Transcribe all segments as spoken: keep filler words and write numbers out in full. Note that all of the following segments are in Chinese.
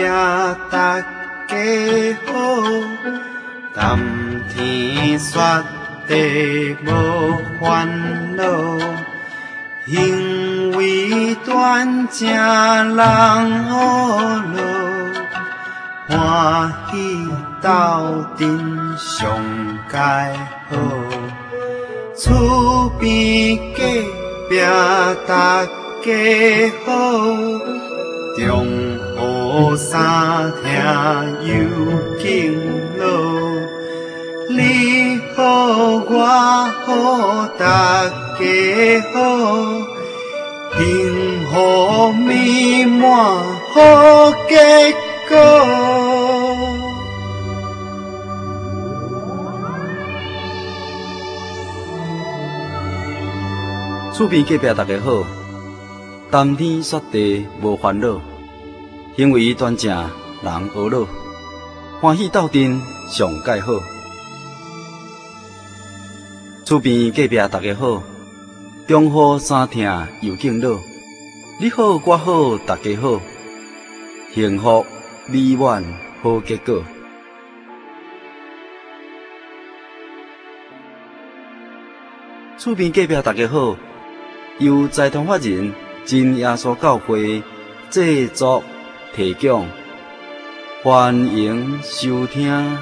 大家好，谈天说地无烦恼，行为端正人好路，欢喜斗阵上佳好，厝边隔壁大家好，中好三听有敬老，你好我好大家好，幸福美满好结果。 厝边隔壁大家好，谈天说地无烦恼，行为端正人和乐，欢喜斗阵上佳好。厝边隔壁大家好，中好三听又敬老，你好我好大家好，幸福美满好结果。厝边隔壁大家好，由财团法人真耶稣教会制作提供，欢迎收听。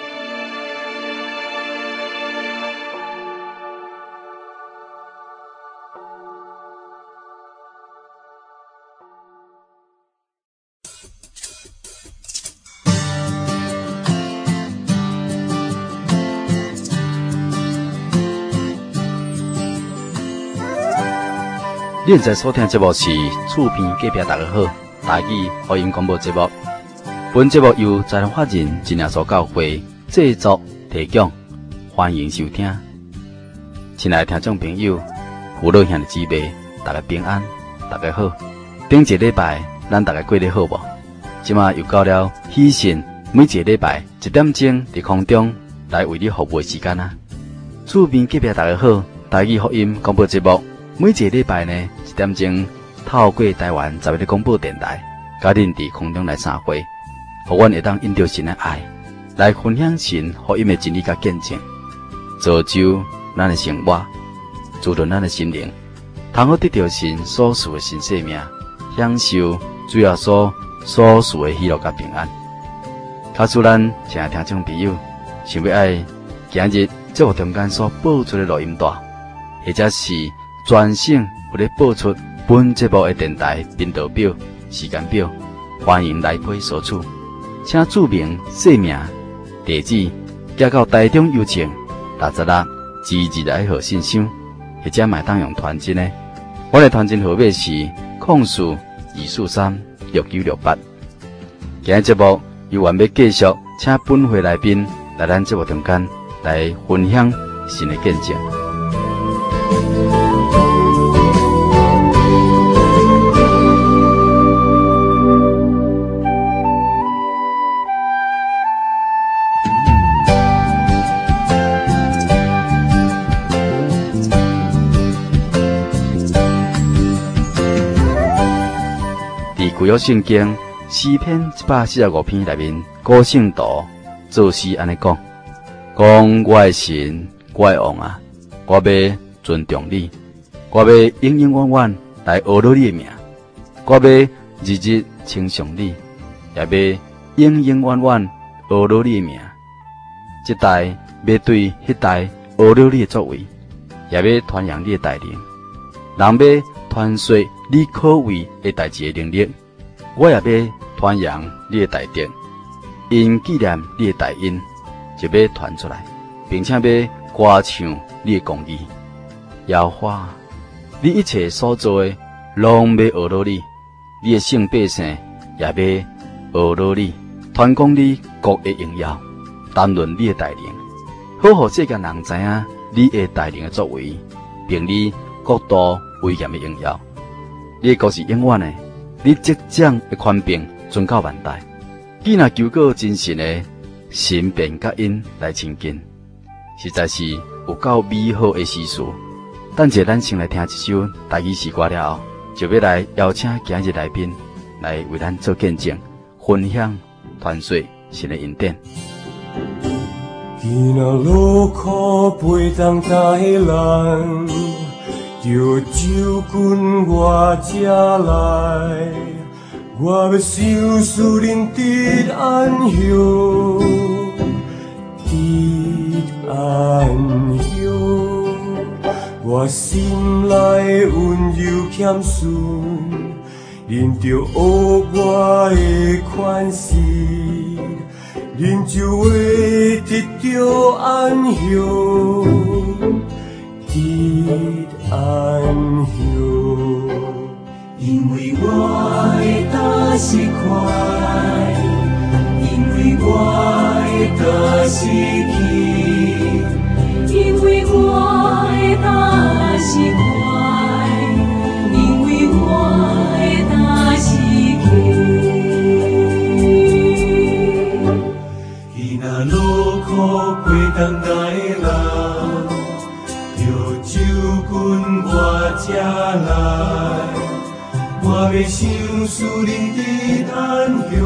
现在所听节目是厝边隔壁大家好台语福音广播节目。本节目由财团法人真耶稣教会制作提供，欢迎收听。亲爱的听众朋友、父老兄弟姊妹，大家平安，大家好。顶一个礼拜，咱大家过得好无？即马又到了喜讯每一个礼拜一点钟伫空中来为你服务的时间啊！厝边隔壁大家好台语福音广播节目。每一个礼拜呢，一点钟透过台湾十一个广播电台，甲恁伫空中来相会，互阮会当因着神的爱，来分享神福音的真理甲见证，造就咱的生活，滋润咱的心灵，通好得到神所赐的新生命，享受主要所所赐的喜乐甲平安。卡使咱亲爱听众朋友，想要爱今日节目中间所播出的录音带，或者是专省为了播出本节目的电台频道表、时间表，欢迎来配索取，请注明姓名、地址，寄到台中邮政六十六二二一号信箱，或者买当用传真的。我的传真号码是空数二四三六九六八。今日节目由原要继续，请本会来宾来咱节目中间来分享新的见证。旧约圣经诗篇一百四十五篇内面，古圣徒作诗安尼讲：讲我的神，我的王啊，我要尊重你，我要永永远远来学了你的名，我要日日称颂你，也要永永远远学了你的名。这代要对迄代学了你的作为，也要传扬你的带领，人要传说你可畏的代志的能力。我也要传扬你的大德，因纪念你的大恩，就要传出来，并且要歌唱你的公义。耶和华，你一切所做的，拢要学了你；你的圣百姓也要学了你，传讲你国的荣耀，谈论你的带领，好互世间人知影你的带领的作为，并你国度威严的荣耀。你的国是永远的。你即将的宽平存到万代，既若求告真神的神便甲因来亲近，实在是有够美好的诗词。等者咱先来听一首台语诗歌了后，就要来邀请今日来宾来为咱做见证， 分享、团聚神的恩典。 今仔路苦背当台南，就酒君我这来，我要想思念得安乡，得安乡，我心内温柔欠顺，恁着学我的款式。恁就会得到安乡，得安乡。因为我的答是快，因为我的答是轻，因为我的答是快，因为我的答是轻。那路苦背当台南，着酒君我这来，我要想思念得安乡，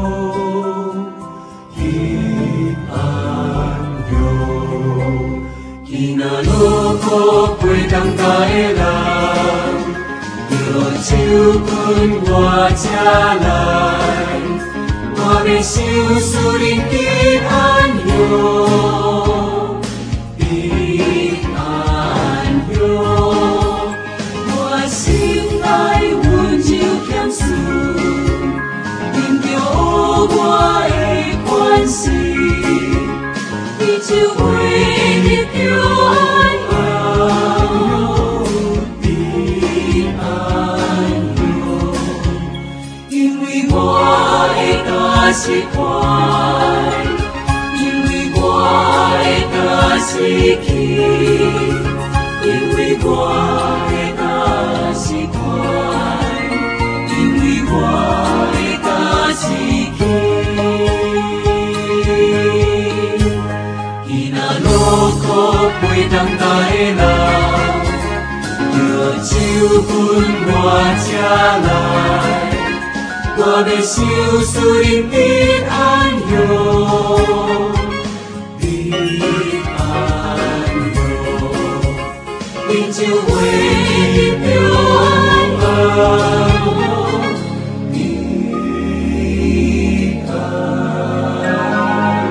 得安乡。今仔路苦背当台南，着酒君我这来。我要想思念得安乡，得安乡。我心内温柔欠顺，恁着学我的款式，你就会得到安乡，得安乡。因为我答是快，因为我的答是轻，因为我的答是快，因为我的答是轻。今仔路苦背当台南，着酒君我这来。我要想思念得安乡，得安乡，恁就会得到安乡，得安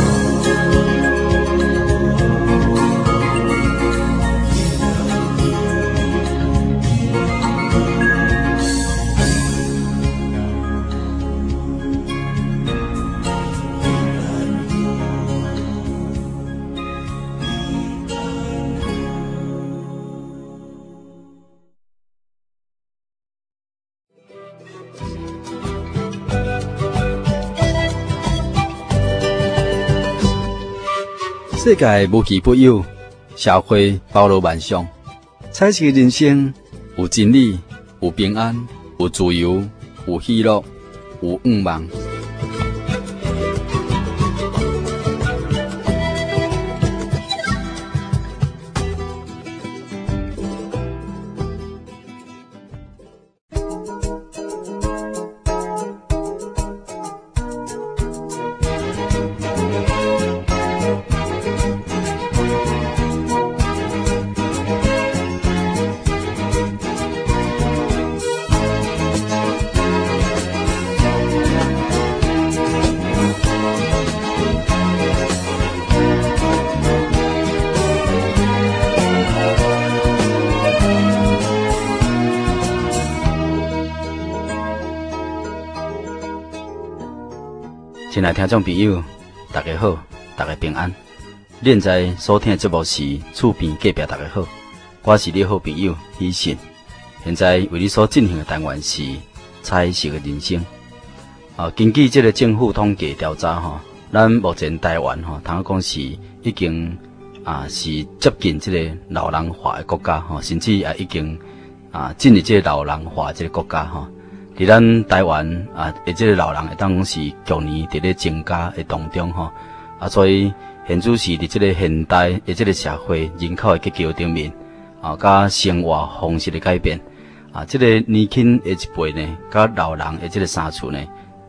世界无奇不有，社会包罗万象，彩色的人生有真理，有平安，有自由，有喜乐，有愿望。亲爱听众朋友，大家好，大家平安。现在所听的节目是厝边隔壁大家好，我是你的好朋友喜信。现在为你所进行的单元是彩色的人生。啊，根据这个政府统计调查吼，咱目前台湾吼，通讲是已经啊是接近这个老人化的国家吼，甚至也已经啊进入这个老人化这个国家吼。伫咱台湾啊，诶，即个老人会当讲是逐年伫咧增加诶当中吼，啊，所以现主是伫即个现代诶即个社会人口诶结构顶面，啊，甲生活方式诶改变，啊，即个年轻诶一辈呢，甲老人诶即个相处呢，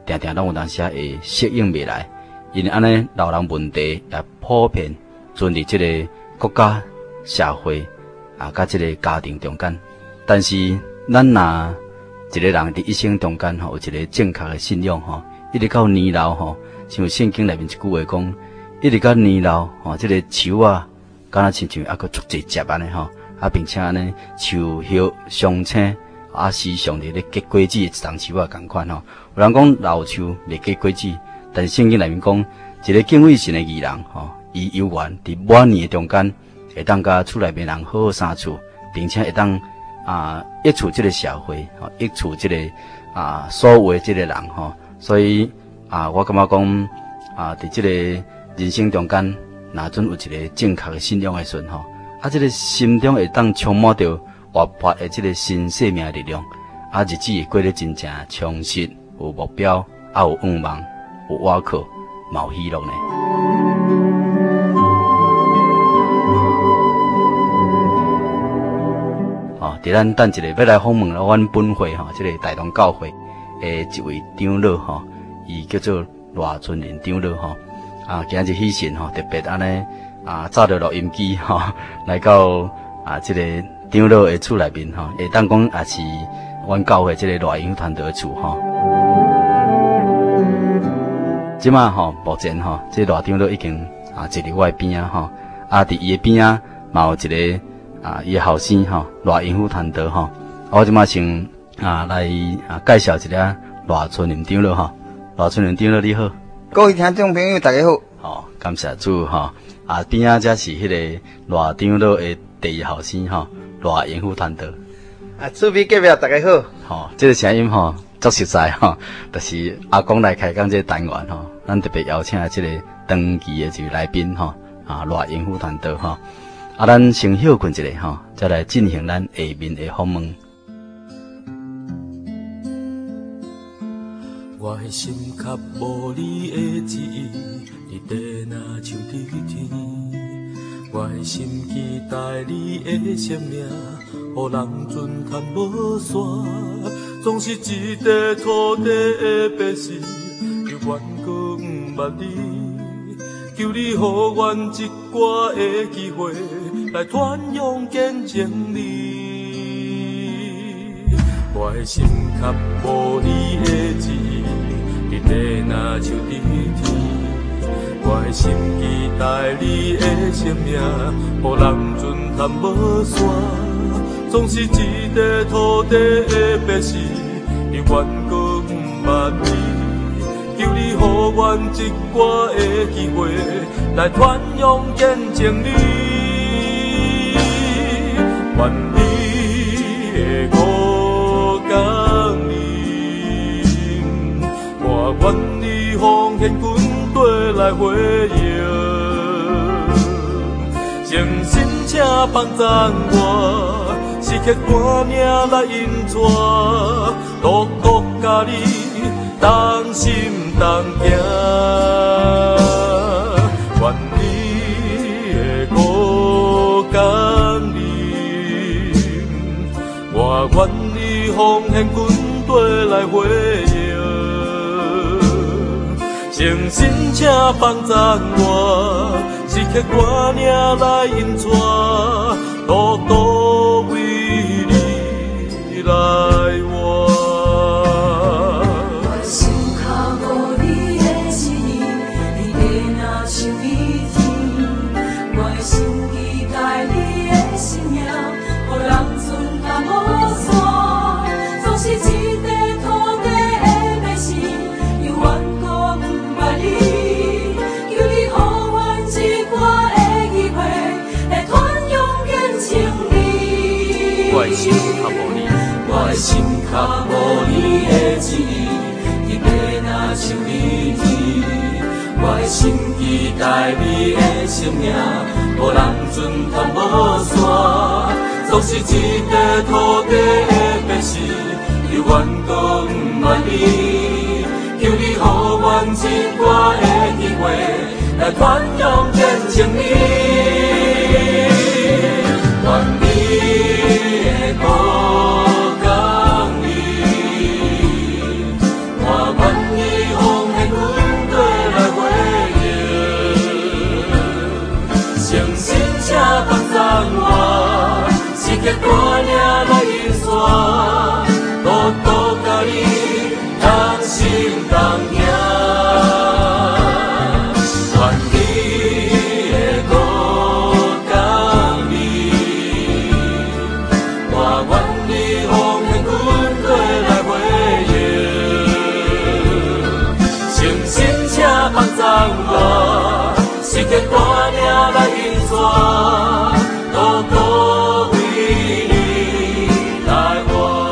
定定拢有当时会适应袂来，因为安尼老人问题也普遍存伫即个国家、社会啊，甲即个家庭中间。但是咱若一个人伫一生中间吼，有一个正确的信仰吼，一直到年老吼，像圣经内面一句话讲，一直到年老吼，即、这个树啊，敢若亲像还佫足侪节安尼吼，啊，并且安尼树叶上青。啊，时常伫咧结果子一丛树啊，共款吼。有人讲老树未结果子，但是圣经内面讲，一个敬畏神的义人吼，伊有缘伫晚年的中间，会当甲厝内面人好好相处，并且会当啊益处即个社会，吼，益处即个啊所有的即个人吼。所以啊，我感觉讲啊，伫即个人生中间，若准有一个正确的信仰的时阵吼，啊，即个心中会当充满着活泼的这个新生命的力量，啊，日子会过得真正充实，有目标，啊，有愿望，有依靠，嘛有希望呢。哦，伫咱等一下要来访问了，阮本会吼，这个大同教会诶一位长老吼，伊叫做赖春林长老吼，啊，今日喜讯吼，特别安尼啊，找着录音机吼，来到啊，这个。长老的厝内面吼，会当讲也是阮教会即个赖英团队的厝吼。即马吼，目前吼，即赖长老已经啊坐伫我的边啊吼，啊伫伊的边啊，嘛有一个啊伊的后生吼，赖英团队吼。我即马先啊来啊介绍一下赖春林长老吼，赖春林长老你好。 各位听众朋友大家好。 好，感谢主吼。啊边啊，则是迄个赖长老的第二后生吼。赖英虎团队啊，厝边隔壁大家好。 吼，这个声音吼，足实在吼，就是阿公来开讲这个单元吼，咱特别邀请这个长期的这个来宾吼，啊，赖英虎团队吼，啊，咱先休困一下吼，再来进行咱下面的访问。 我的心较无你的旨意，你在那像伫天。我的心期待你的生命，予人尊看无煞。总是一块土地的白石，犹原搁不捌你。求你予阮一寡的机会，来传扬见证你。我的心较无你的旨意，你在那像伫天。我的心期待你的生命，予人尊谈无煞。总是一块土地的白石，犹原搁不捌你。求你予阮一寡的机会，来传扬见证你。愿你的五江林，我愿你奉献君。来回应，诚心请帮赞我，时刻歌名来引带，独独甲你同心同行。愿你的五江林，我愿你奉献军队来回应。诚心请帮赞我，时刻歌名来引带，独独为你来活。 我心较无你的旨意，你在那像伊天。我的心期待你的生命，予人尊甘无煞。总是一块土地的白石，犹原搁不捌你。求你予阮一寡的机会，来传扬见证你。 我的心较无你，我的心较无你的旨意，你在那像伊天。我的心期待你的生命，予人尊谈无煞。总是一块土地的白石，犹原搁不捌你。求你予阮一寡的机会，来传扬见证你。愿你的五江里，我愿你我，世界大命来运转，都歌为你来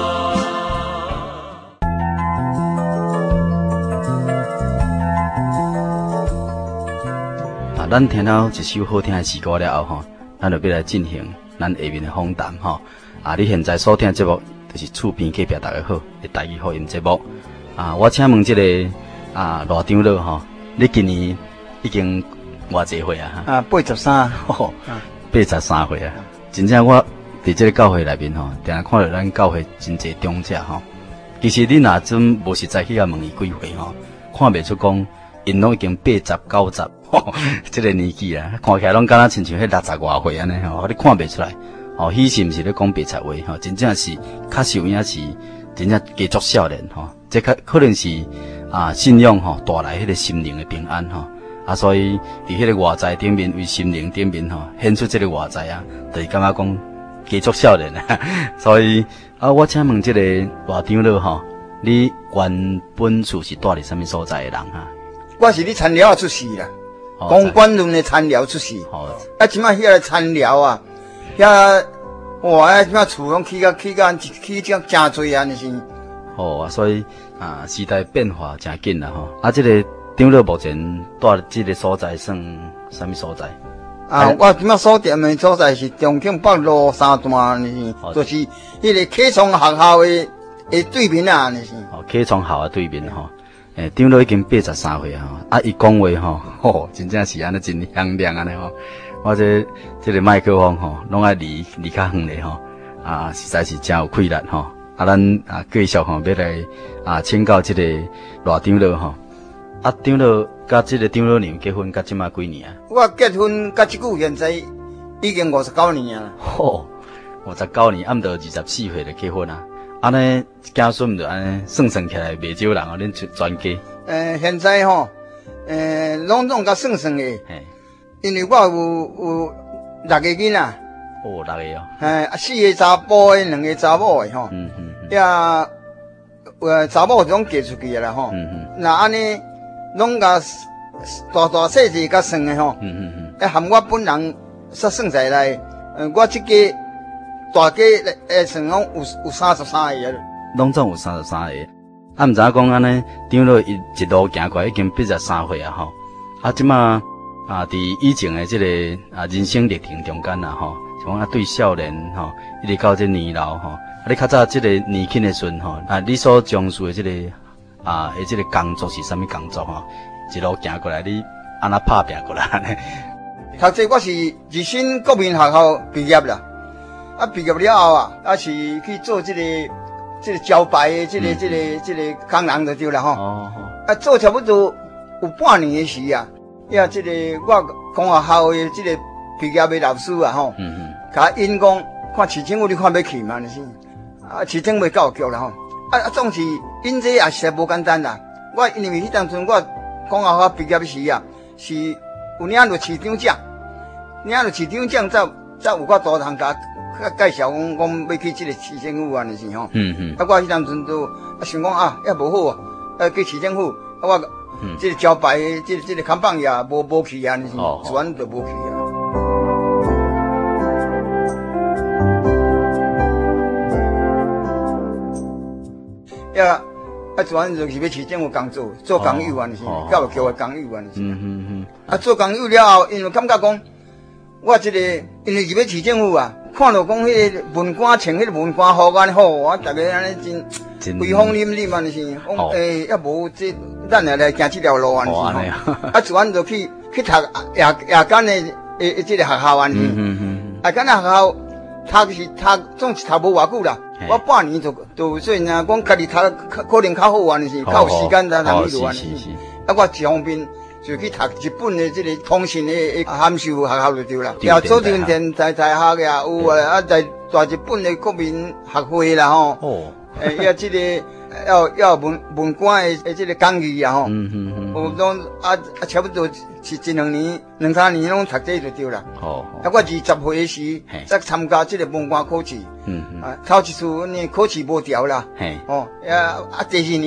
换。啊，咱听到一首好听的诗歌了后吼，咱就要来进行咱下面的访谈吼。啊，你现在所听的节目就是厝边隔壁大家好的台语福音节目。啊，我请问这个啊罗长老吼，你今年已经偌济岁啊？ 啊，八十三， 吼，八十三岁啊！真正我伫这个教会内面吼，定定看到咱教会真侪长者吼。其实你若真无实在去遐问伊几岁吼，看袂出讲因拢已经八十九十，吼，这个年纪啊，看起来拢敢若亲像迄六十外岁安尼吼，你看袂出来。哦，迄是毋是咧讲白贼话吼？真正是确实有影是真正家族少年吼，这可可能是啊信仰吼带来迄个心灵的平安吼。啊，所以伫迄个外在顶面为心灵顶面吼，显出这个外在啊，就是感觉讲家族少年啊。所以啊，我请问这个罗长老吼，你原本厝是住伫什么所在的人哈？ 我是咧田寮出世啦，公馆路的田寮出世。哦，啊，即摆遐个田寮啊。遐哇！即摆厝拢起甲起甲起甲真侪啊，就是。 哦啊，所以啊，时代变化真紧啦吼。啊，这个长老目前住这个所在算什么所在？ 啊，我即摆所店的所在是重庆北路三段，就是就是迄个启聪学校的的对面啊，就是。 哦，启聪校的对面吼。诶，长老已经八十三岁啊，啊，伊讲话吼，吼，真正是安尼真响亮安尼吼。我这这个麦克风吼，拢爱离离较远咧吼，啊，实在是真有气力吼。啊，咱啊继续吼，要来啊请教这个罗长老吼。啊，长老甲这个长老娘结婚，甲即马几年啊？ 我结婚甲即久现在已经五十九年啊。 吼，五十九年，暗到二十四岁就结婚啊。安尼子孙就安尼算算起来袂少人哦，恁全家。 诶，现在吼，诶，拢拢甲算算诶。因为我有有六个囡仔， 哦，六个哦， 哎，四个查甫的，两个查某的吼，嗯嗯，呀，呃，查某就拢嫁出去啦吼，嗯嗯，那安尼拢甲大大细细甲算的吼，嗯嗯嗯，哎，含我本人煞算在内，呃，我即个大家诶算拢有有三十三个了， 拢总有三十三个，啊，毋知影讲安尼，长老一一路行过来已经八十三岁啊吼，啊，即马。啊，伫以前的这个啊人生历程中间呐吼，像啊对少年吼，一直到这年老吼，啊你较早这个年轻的时阵吼，啊你所从事的这个啊的这个工作是啥物工作吼？一路行过来，你安那拍拼过来呢？ 读这我是日新国民学校毕业啦，啊毕业了后啊，啊是去做这个这个招牌的这个、嗯、这个这个工人就对啦吼，哦哦，啊做差不多有半年的时啊。呀，这个我公学校的这个毕业的老师啊，吼，嗯嗯，甲因讲，看市政府你看要去嘛，就是啊，市政府教育局啦，吼，啊啊，总是因这也是无简单啦。我因为迄当阵我公学校毕业时啊，是有领到市长奖，领到市长奖，才才有我多通甲介绍讲讲要去这个市政府啊，就是吼，嗯嗯，啊，我迄当阵都啊想讲啊，也无好啊，啊去市政府，啊我。嗯，这个招牌，这个、这个看板也无无去啊，是全都无去啊。呀，啊，全就是要去政府工作，做工友啊，是教育局的工友啊，是。嗯嗯嗯。啊，做工友了后，因为感觉讲，我这个因为入要市政府啊，看到讲迄个文官穿迄个文官服安尼好，我大家安尼真威风凛凛啊，是。讲诶，也无这。咱来来行这条路啊，是吼，啊，自然就去去读夜夜间的诶，这个学校啊，是，夜间的学校读是读，总是读无偌久啦。我半年就就所以呢，讲家己读可能较好啊，是，较有时间才通去读啊。啊，我一方面就去读日本的这个通信的函授学校就对啦。也做电电在在学呀，有啊，啊在在日本的国民学会啦吼。哦。诶，也这个。要要文文官的诶，这个讲义啊吼，嗯嗯嗯，我拢啊啊，差不多是一两年、两三年拢读这就对啦。哦，啊，我二十岁时才参加这个文官考试，嗯嗯，啊，头一次呢考试无调啦，嘿，哦，啊啊，第二年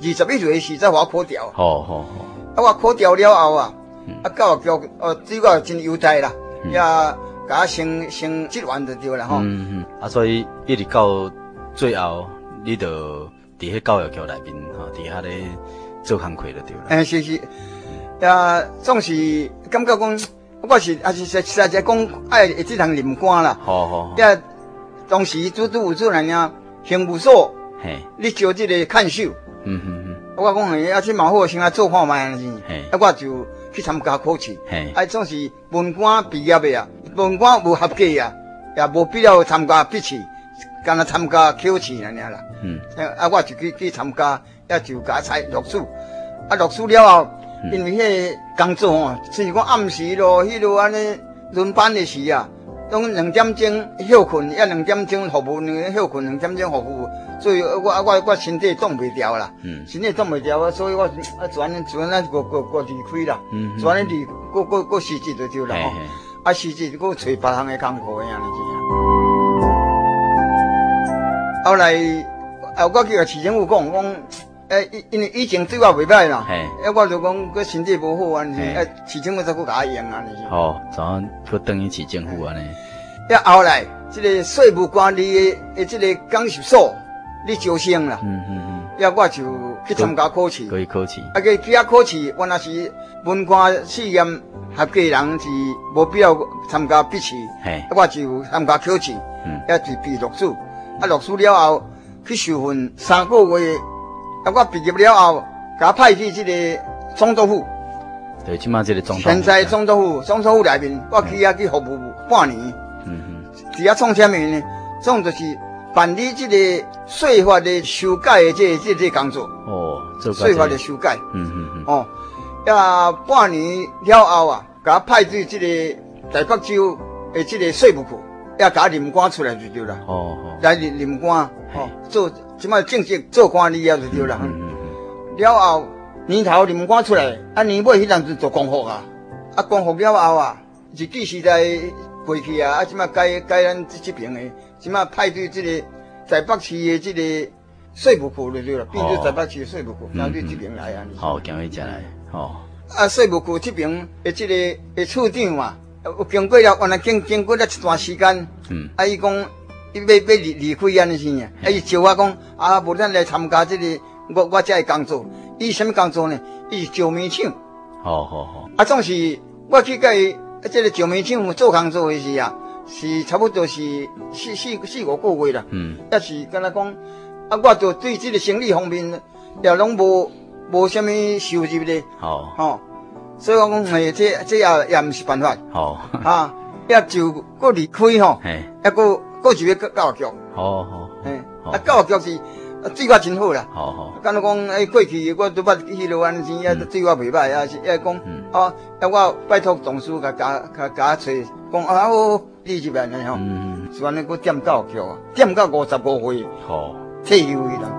二十一岁时才我考调。 好好好。 啊，我考调了后啊，啊教育局哦对我真优待啦，也甲我升升职员就对啦吼。 嗯嗯。啊，所以一直到最后，你就伫迄教育局内面吼，伫遐咧做工课就对啦。 诶，是是，也总是感觉讲，我是还是实实在讲爱会这通临官啦。 好好。 也当时拄拄有做人家刑务所， 嘿， 你招这个看守。 嗯嗯嗯。 我讲诶，啊，这蛮好，先来做看卖安尼。 嘿。 啊，我就去参加考试。 嘿。 啊，总是文官毕业的啊，文官无合格啊，也无必要参加笔试，干那参加考试安尼啦。 嗯。 啊，我就去去参加，也就甲采录取。啊，录取了后，嗯、因为迄个工作吼，就是讲暗时咯，迄落安尼轮班的时啊，拢两点钟休困，也两点钟服务，两休困两点钟服务。所以，我我我身体挡袂调啦，嗯、身体挡袂调啊，所以我啊，转转啊，个个个离开啦，转咧离，个个个辞职就对啦吼，啊辞职个找别项的工课安尼是啊。后来啊，我去个市政府讲讲，诶，因为以前对我袂歹啦，诶，我就讲个身体无好安尼，诶，市政府才去甲我用安尼是。 哦，怎样去等于市政府安尼？ 也后来，这个税务管理的这个讲习所。你招生啦，嗯嗯嗯，也我就去参加考试， 可以考试， 啊个去遐考试，原来是文官试验合格人是无必要参加笔试，嘿，我就参加考试，嗯，也就被录取，啊录取了后去受训三个月，啊我毕业了后，甲派去这个总督府， 对，即马这个总督府， 现在总督府，总督府内面，我去遐去服务半年，嗯嗯，伫遐创啥物呢？创就是。办理这个税法的修改的这这这工作哦，做税法的修改， 嗯嗯嗯， 哦，呀，半年了后啊，甲派对这个台北州的这个税务局，也甲任官出来就对啦，哦哦，来任任官，哦，做即摆正式做官理啊就对啦，嗯嗯嗯，了后年头任官出来，啊年尾迄阵就做公服啊，啊公服了后啊，日据时代过去啊，啊即摆改改咱这这边的。即马派对这个台北市的这个税务局就对了，变做台北市的税务局，交对这边来啊。 好，交去这来，哦。 啊，税务局这边的这个的处长嘛，有经过了，原来经经过了一段时间，嗯，啊，伊讲伊要要离离开安尼是呢，啊，伊招我讲啊，无咱来参加这个我我这个工作，伊什么工作呢？伊是照明厂。 好好好。 啊，总是我去甲伊这个照明厂做工作的时啊。是差不多是四四四五个月啦，嗯，也是敢若讲，啊，我就对这个生理方面也拢无无什么收入咧，吼，吼，所以我讲诶，这这也也毋是办法，吼，啊，也就搁离开吼，嘿，也搁搁就要教育局，好好，嘿，啊，教育局是对我真好啦，好好，敢若讲诶，过去我都捌迄落安尼，也对我袂歹，也是也讲，啊，啊，我拜托同事甲甲甲甲找，讲啊我。你这边呢吼，是安尼个点教育局啊，点到五十五岁，好退休去啦。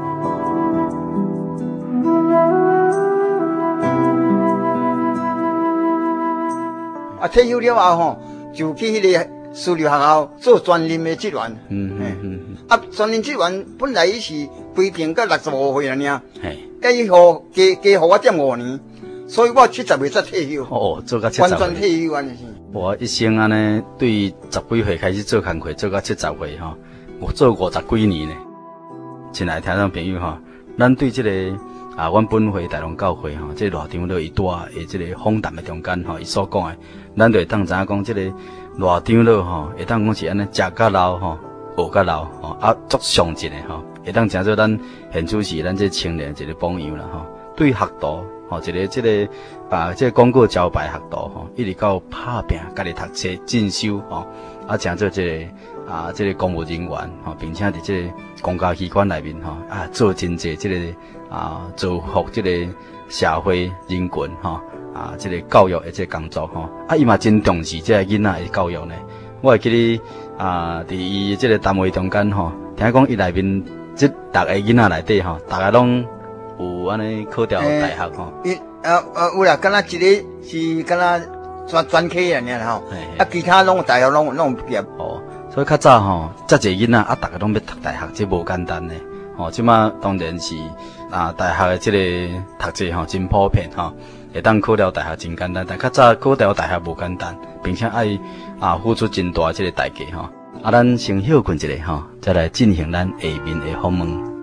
啊，退休了后吼，就去迄个私立学校做专任的职员。嗯嗯嗯。啊，专任职员本来伊是规定到六十五岁了呢，嘿，伊互加加互我点五年，所以我七十岁才退休。哦，做到七十岁。完全退休安尼是。 我一生安尼，对十几岁开始做工课，做到七十岁吼，我做五十几年呢。亲爱听众朋友吼，咱对这个啊，阮本会大龙教会吼，这个热场了一段诶，这个访谈的中间吼，伊所讲诶，咱就会当知影讲这个热场了吼，会当讲是安尼食甲老吼，学甲老吼，啊，足上进诶吼，会当成做咱现处是咱这青年一个榜样啦吼，对学徒。吼，一个即个把即个广告招牌学徒吼，一直到拍拼，家己读册进修吼，啊，成做即个啊，即个公务人员吼，并且伫即个公家机关内面吼，啊，做真济即个啊，造福即个社会人群吼，啊，即个教育的即个工作吼，啊，伊嘛真重视即个囡仔的教育呢。我会记哩啊，伫伊即个单位中间吼，听讲伊内面即逐个囡仔内底吼，逐个拢。有安尼考调大学吼， 伊啊啊有啦，敢若一个是敢若专专科安尼啦吼，啊其他拢大学拢拢毕业哦，所以较早吼，遮济囡仔啊，逐个拢要读大学，这无简单呢。吼，即马当然是啊大学的这个读册吼真普遍吼，会当考了大学真简单，但较早考到大学无简单，并且爱啊付出真大这个代价吼。啊，咱先休困一下吼，再来进行咱下面的访问。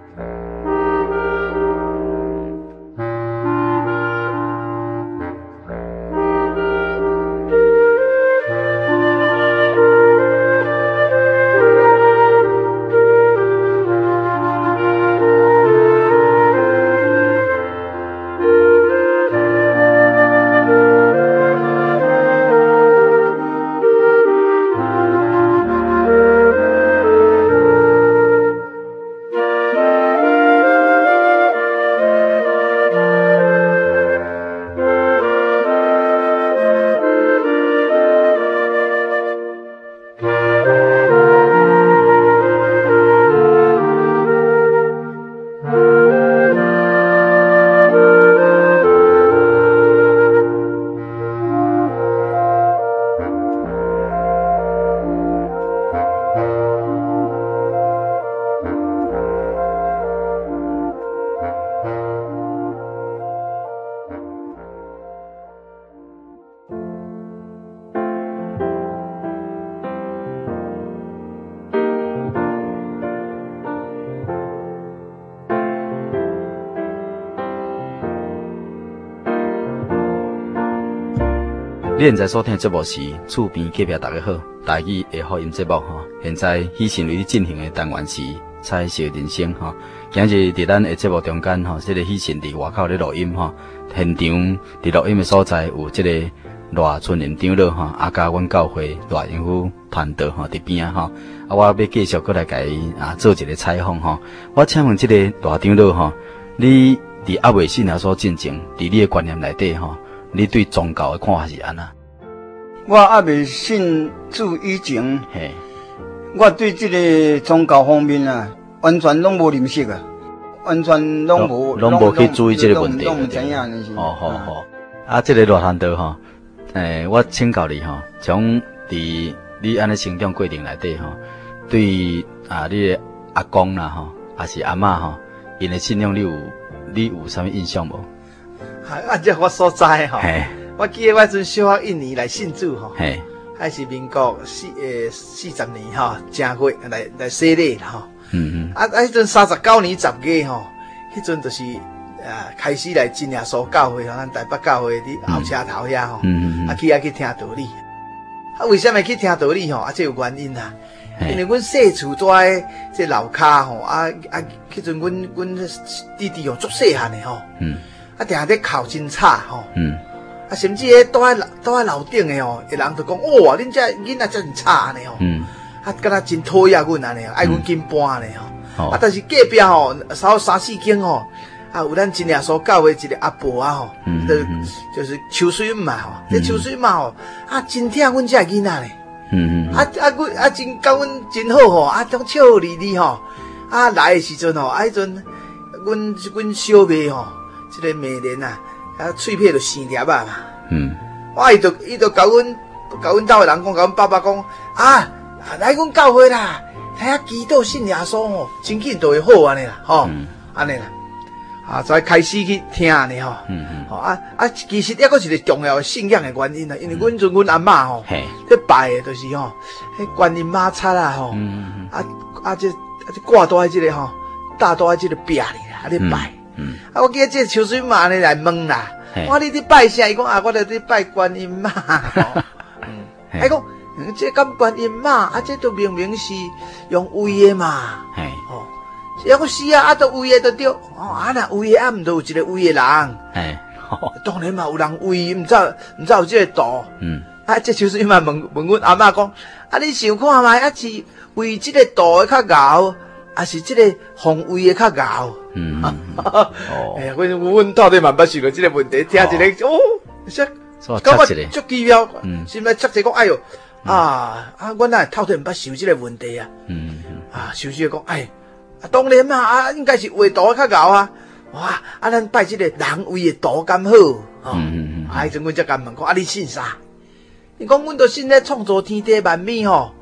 你现在所听的节目是厝边隔壁大家好，台语的福音节目哈。现在喜信为你进行的单元是彩色人生哈。今日伫咱的节目中间哈，这个喜信伫外口咧录音哈，现场伫录音的所在有这个赖春林长老哈，啊加阮教会赖英夫团队哈伫边啊哈。啊，我要继续过来甲伊啊做一个采访哈。我请问这个赖长老哈，你伫阿未信啊所进前，伫你的观念内底哈？你对宗教的看法是安那？ 我还未信主以前， 嘿， 我对这个宗教方面啊，完全拢无认识啊，完全拢无， 拢无去注意这个问题。 拢唔知影呢是。 哦，好好。啊，这个罗汉道吼，诶，我请教你吼，从伫你安尼成长过程内底吼，对啊，你的阿公啦吼，还是阿嬷吼，因的信仰你有你有啥物印象无？ 啊，这我所知吼，我记得我阵小学一年来信主吼，还是民国四诶四十年吼，正月来来洗礼啦吼。嗯嗯。啊啊，迄阵三十九年十月吼，迄阵就是啊开始来真耶稣教会吼，咱台北教会伫后车头遐吼，嗯嗯啊去遐去听道理。啊，为什么去听道理吼？啊，这有原因啦。因为阮细厝住诶这楼骹吼，啊啊，迄阵阮阮弟弟吼足细汉诶吼。嗯。啊，定在哭真惨吼，嗯，啊，甚至迄住喺住喺楼顶诶吼，有人就讲，哇，恁这囡仔真惨呢吼，嗯，啊，敢若真讨厌阮安尼，爱阮紧搬呢吼，啊，但是隔壁吼，稍三四间吼，啊，有咱真耶稣教会一个阿婆啊吼，嗯，就是秋水嘛吼，这秋水嘛吼，啊，真疼阮这囡仔咧，嗯嗯，啊啊，阮啊真甲阮真好吼，啊，种笑哩哩吼，啊，来诶时阵吼，啊，迄阵阮阮小妹吼。这个美莲啊，啊，喙皮就生粒啊嘛。嗯。我伊就伊就甲阮甲阮兜诶人讲，甲阮爸爸讲啊，来阮教会啦，睇下祈祷信耶稣吼，真紧就会好安尼啦，吼，安尼啦。啊，才开始去听呢吼。嗯嗯。吼啊啊，其实抑个是一个重要诶信仰诶原因啦，因为阮阵阮阿嬷吼，咧拜诶就是吼，迄观音妈叉啦吼。嗯嗯。啊啊，这啊这挂倒喺这个吼，搭倒喺这个壁里啦，啊咧拜。嗯，啊，我记得这秋水妈呢来问啦，我你伫拜啥？伊讲啊，我伫拜观音妈。嗯，伊讲，这敢观音妈，啊，这都明明是用为的嘛。嘿，哦，伊讲是啊，啊，都为的就对。哦，啊，那为的啊，毋都有一个为的人。嘿，当然嘛，有人为，毋知毋知有这个道。嗯，啊，这秋水妈问问阮阿嬷讲，啊，你想看觅，啊是为这个道的较熬，还是这个防卫的较熬？嗯，哦，哎呀，阮阮到底嘛捌想过这个问题，听一个哦，说，感觉足奇妙，心内切一讲，哎哟，啊啊，阮哪透底毋捌想这个问题啊，嗯啊，想想讲，哎，啊，当然嘛，啊，应该是画图较厚啊，哇，啊，咱拜这个人为的图敢好，嗯嗯，啊，迄阵阮才敢问讲，啊，你信啥？伊讲阮著信咧创造天地万物吼。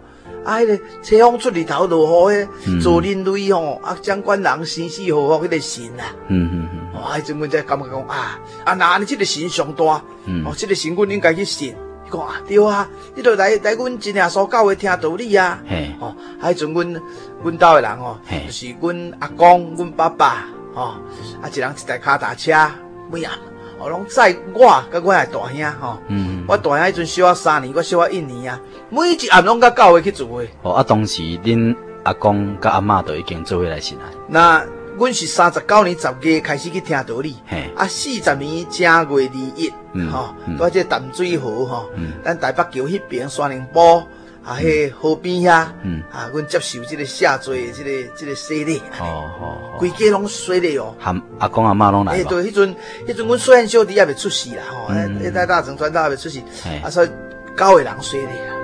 啊，迄、那个吹风出日头落雨迄，做人类吼，啊，掌管人生死祸福迄个神啊。嗯嗯嗯。哦，迄阵阮才感觉讲啊，啊，那安尼这个神上大，嗯、哦，这个神阮应该去信。伊讲啊，对啊，你著来来阮真耶稣教会听道理啊。嘿。哦，啊，迄阵阮阮兜的人哦，就是阮阿公、阮爸爸，哦，啊，一人一台脚踏车，每暗。哦，拢载我，甲我的大兄吼，嗯，我大兄迄阵小我三年，我小我一年啊，每一暗拢甲教会去做伙。 哦，啊，当时恁阿公甲阿嬷都已经做伙来信啊。 那阮是三十九年十月开始去听道理，嘿，啊，四十年正月二一，嗯，吼，在这淡水河吼，嗯，咱台北桥迄边山林堡。啊，迄河边遐，嗯，啊，阮接受这个下罪，这个这个洗礼，哦哦，规家拢洗礼哦， 含阿公阿嬷拢来。 诶，对，迄阵迄阵阮细汉小弟还未出世啦，吼，迄代大成传道还未出世，啊，所以九个人洗礼啊。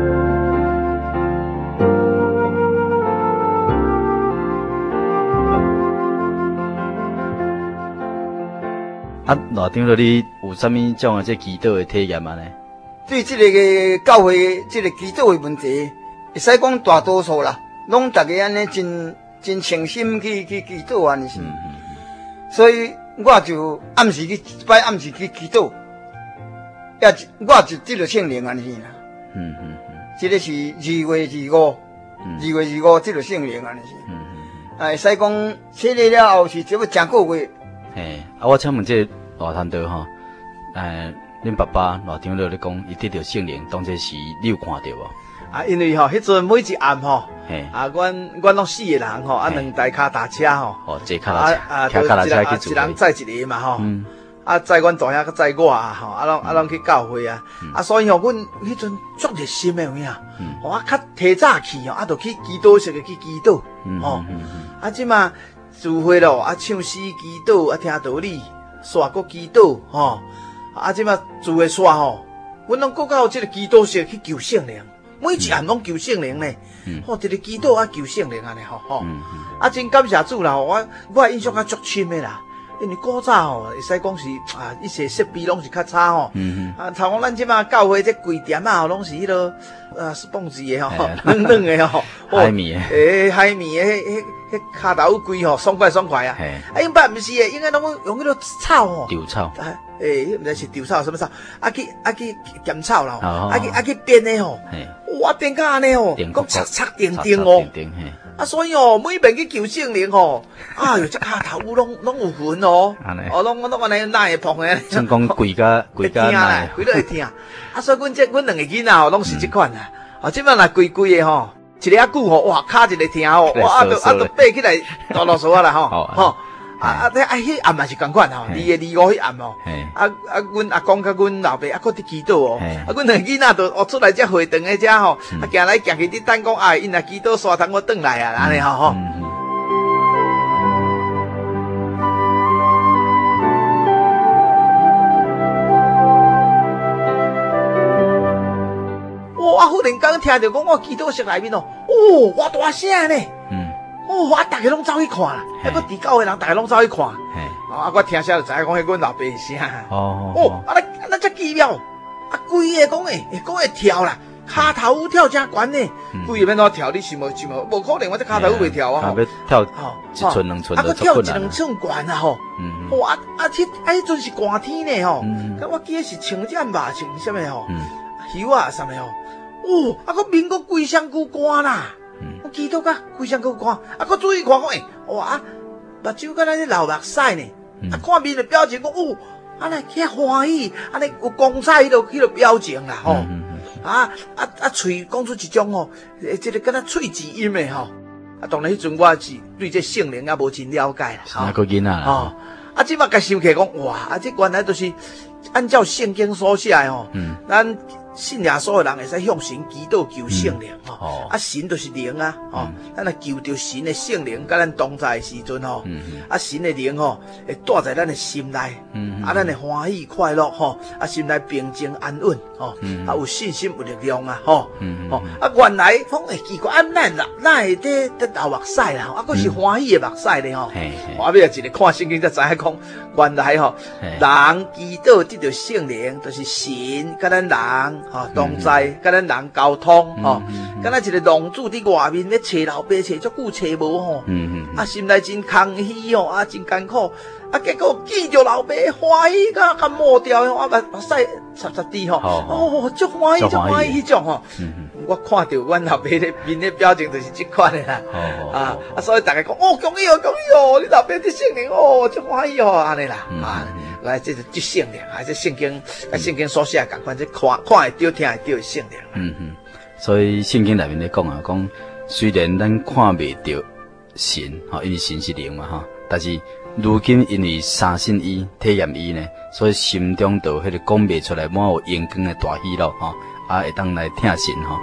啊，老张了，你有啥物种啊？这祈祷的体验吗呢？ 对这个教会这个祈祷的问题，会使讲大多数啦，拢大家安尼真真诚心去去祈祷安尼是。嗯嗯嗯。所以我就暗时去摆暗时去祈祷，也我就得了圣灵安尼啦。嗯嗯嗯。这个是二月二五，二月二五得了圣灵安尼是。嗯嗯嗯。啊，会使讲洗礼了后是这要正个月。 嘿，啊，我请问这大摊道吼，诶。恁爸爸老张了咧讲，伊得到圣灵，当这是你有看到无？ 啊，因为吼，迄阵每一暗吼，啊，阮阮拢四个人吼，啊，两台脚踏车吼， 哦，坐脚踏车，啊，骑脚踏车去做， 一人载一个嘛吼，啊，载阮大兄，佮载我啊，吼，啊，拢啊，拢去教会啊，啊，所以吼，阮迄阵足热心的有影，吼，啊，较提早去吼，啊，就去祈祷室个去祈祷，吼，啊，即嘛聚会咯，啊，唱诗祈祷，啊，听道理，煞个祈祷，吼。啊，即马做诶煞吼，阮拢搁到即个基督室去求圣灵，每一暗拢求圣灵呢。吼，一个基督啊求圣灵安尼吼吼。啊，真感谢主啦！我我印象较足深诶啦，因为古早吼会使讲是啊，一些设备拢是较差吼。啊，像讲咱即马教会这柜店啊，吼，拢是迄落啊，是蹦子诶吼，软软诶吼， 海绵诶，海绵诶，迄迄迄骹头龟吼，爽快爽快啊！啊，因捌毋是诶，应该拢用迄落草吼， 稻草。 诶，迄毋知是稻草什么草，啊去啊去咸草啦，啊去啊去编诶吼，哇编甲安尼吼，讲擦擦定定哦，啊所以哦，每遍去求圣灵吼，啊哟，这骹头拢拢有魂哦，哦拢拢安尼哪会碰诶？ 像讲规家规家哪，规都会听，啊所以阮这阮两个囡仔吼，拢是即款啊，啊即摆若规规诶吼，一个啊久吼，哇骹一个听吼，哇啊都啊都爬起来哆哆嗦啊啦吼，吼。啊啊！你啊，迄暗嘛是共款吼，二月二五迄暗吼，啊啊，阮阿公甲阮老爸啊，搁伫祈祷哦，啊，阮两囡仔都学出来只会堂诶只吼，啊，行来行去伫等讲啊，因若祈祷煞通我转来啊，安尼吼吼。哇！忽然间听着讲我祈祷室内面哦，哦，哇大声呢。哦，啊，大家拢走去看啦，还佫伫教诶人，大家拢走去看。啊，我听声就知影讲迄阮老爸声。哦哦，啊，那那遮奇妙，啊，规个讲诶，讲会跳啦，骹头舞跳真悬呢。规个要怎跳？你想无想无？无可能，我这骹头舞袂跳啊！ 要跳一寸两寸， 啊，佫跳一两寸悬啊吼。嗯。哇，啊，迄啊，迄阵是寒天呢吼。嗯。我记得是穿只袜，穿啥物吼？嗯。袖啊，啥物吼？哦，啊，佫面佫规身躯干啦。我祈祷甲规身躯看，啊，佫注意看讲诶，哇，目睭敢若咧流目屎呢，啊，看面的表情讲，哦，安尼遐欢喜，安尼有光彩迄落迄落表情啦，吼，啊啊啊，喙讲出一种吼，诶，即个敢若喙齿音诶吼，啊，当然迄阵我是对这圣灵也无真了解啦， 啊，个囡仔啦，吼， 啊，即马甲想起讲，哇，啊，这原来都是按照圣经所写诶吼，嗯，咱。信耶稣的人会使向神祈祷求圣灵吼，啊神就是灵啊，吼，咱来求着神的圣灵，甲咱同在的时阵吼，啊神的灵吼会住在咱的心内，啊咱会欢喜快乐吼，啊心内平静安稳吼，啊有信心有力量啊吼，吼啊原来讲会奇怪，啊咱啦，咱会得得流目屎啦，啊佫是欢喜的目屎咧吼，我尾啊一个看圣经才知影讲，原来吼人祈祷得到圣灵，就是神甲咱人。 哈，同在，甲咱人沟通吼，敢若一个农主伫外面咧找老爸，找足久找无吼，啊，心内真空虚吼，啊，真艰苦，啊，结果见着老爸欢喜甲甲抹掉，啊，目目屎擦擦滴吼，哦，足欢喜足欢喜迄种吼，我看到阮老爸咧面咧表情就是即款的啦，啊，啊，所以大家讲哦，恭喜哦，恭喜哦，你老爸得圣灵哦，足欢喜哦，安尼啦，啊。来，这是即圣灵，还是圣经？啊，圣经所写共款，这看看会到、听会到的圣灵。 嗯嗯，所以圣经内面咧讲啊，讲虽然咱看未到神，吼，因为神是灵嘛，吼，但是如今因为相信伊、体验伊呢，所以心中就迄个讲袂出来，满有阳光的大喜乐，吼，啊，会当来听神，吼。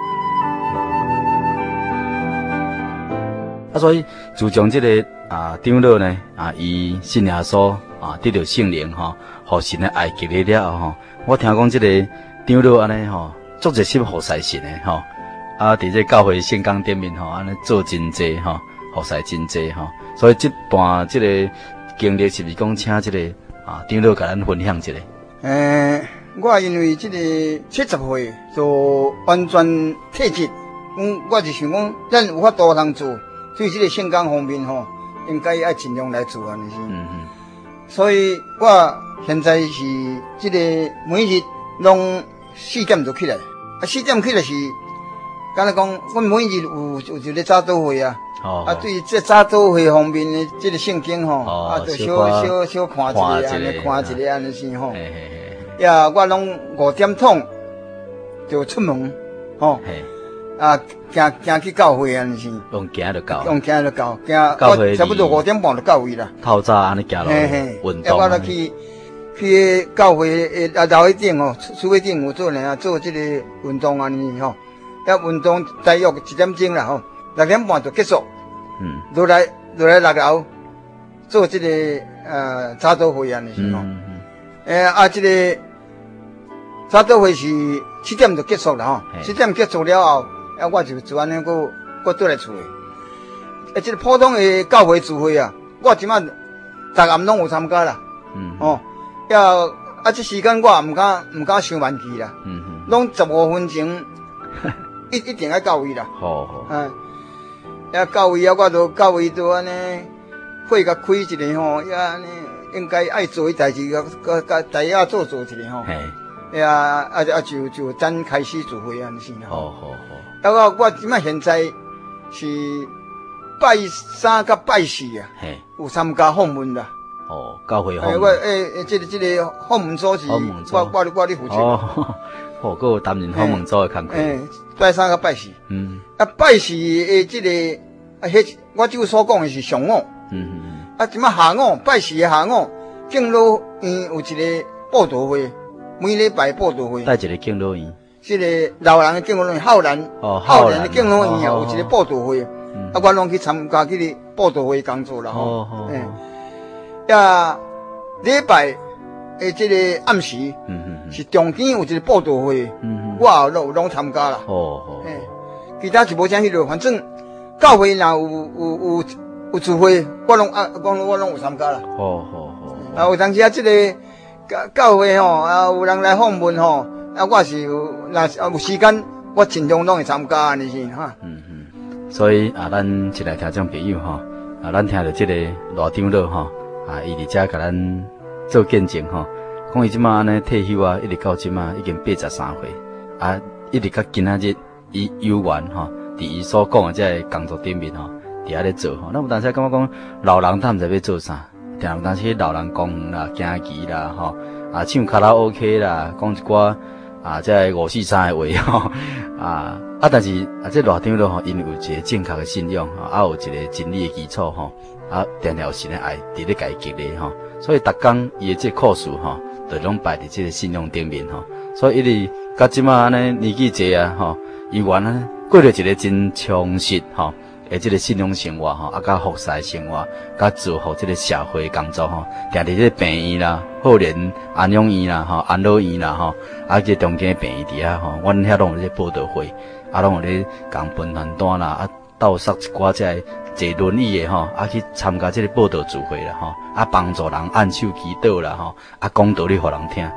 啊，所以自从这个啊长老呢，啊，伊信耶稣。啊，得到圣灵吼，互神的爱激励了吼。我听讲这个长老安尼吼，足热心服侍神的吼。啊，伫这教会圣工顶面吼，安尼做真济吼，服侍真济吼。所以这段这个经历是不是讲请这个啊长老甲咱分享一下？ 诶，我因为这个七十岁就完全退职，嗯，我就想讲，咱有法度通做，所以这个圣工方面吼，应该要尽量来做安尼先。嗯嗯。所以我现在是这个每日拢四点就起来，啊四点起来是，敢若讲我每日有有一个早祷会啊，哦、啊对这早祷会方面的这个圣经吼，哦、啊就小小小看一下，安尼看一下安尼先吼，呀我拢五点钟就出门吼。啊，行行去教会安尼是， 用行就到， 用行就到，行我差不多五点半就到位啦。 透早安尼行咯，运动。 我来去去教会诶啊楼一顶哦，厝尾顶有做呢，做这个运动安尼吼。要运动大约一点钟啦吼，六点半就结束。嗯。落来落来六楼做这个呃早祷会安尼是吼。嗯嗯。诶啊，这个早祷会是七点就结束了吼，七点结束了后。啊，我就就安尼个个倒来厝诶。诶，即个普通诶教会聚会啊，我即摆逐暗拢有参加啦。嗯。哦，要啊，即时间我也毋敢毋敢伤慢去啦。嗯嗯。拢十五分钟，一一定要到位啦。好好。啊，啊到位啊，我就到位就安尼，会甲开一个吼，也安尼应该爱做诶代志，甲甲甲大家做做一个吼。嘿。呀，啊啊就就咱开始聚会安尼先啦。好好好。啊，我我即摆现在是拜三甲拜四啊，有参加访问啦。 哦，教会访问。 我诶诶，这个这个访问组是，我我我咧负责。 哦，哦，佮有担任访问组诶工作。 诶，拜三甲拜四。嗯。啊，拜四诶，这个啊，迄我即个所讲诶是上午。嗯嗯嗯。啊，即摆下午拜四诶下午，敬老院有一个布道会，每礼拜布道会。 带一个敬老院。 这个老人的敬老院，浩然，浩然的敬老院有一个布道会，啊，我拢去参加去个布道会工作啦吼。嗯，呀，礼拜诶，这个暗时，嗯嗯，是中间有一个布道会，嗯嗯，我也拢拢参加啦。哦哦，诶，其他是无啥迄落，反正教会若有有有有聚会，我拢啊，我拢我拢有参加啦。哦哦哦，啊，有当时啊，这个教教会吼，啊，有人来访问吼。啊，我是有，若有时间，我尽量拢会参加安尼是哈。嗯嗯。所以啊，咱一来听众朋友吼，啊，咱听到这个罗长老吼，啊，伊伫遮甲咱做见证吼，讲伊即马安尼退休啊，一直到即马已经八十三岁，啊，一直到今仔日，伊有缘吼，伫伊所讲的这个工作顶面吼，伫遐咧做吼。那有当时感觉讲老人他毋知要做啥，定有当时老人公园啦、行棋啦吼，啊，唱卡拉 OK 啦，讲一寡。啊，这五四三的话吼，啊啊，但是啊，这罗长老吼，因为有一个正确的信仰吼，啊，有一个真理的基础吼，啊，定定有神的爱伫咧家激励吼，所以逐工伊的这课数吼，就拢摆伫这个信仰顶面吼，所以伊直到即马安尼年纪济啊吼，伊原安尼过着一个真充实吼。诶，这个信仰生活吼，啊，甲服侍生活，甲做好这个社会工作吼，定伫这个病院啦、老人安养院啦、吼安老院啦吼，啊，这中间病院伫遐吼，阮遐拢有咧报道会，啊，拢有咧共分传单啦，啊，斗塞一寡这坐轮椅的吼，啊，去参加这个报道聚会啦吼，啊，帮助人按手祈祷啦吼，啊，讲道理互人听，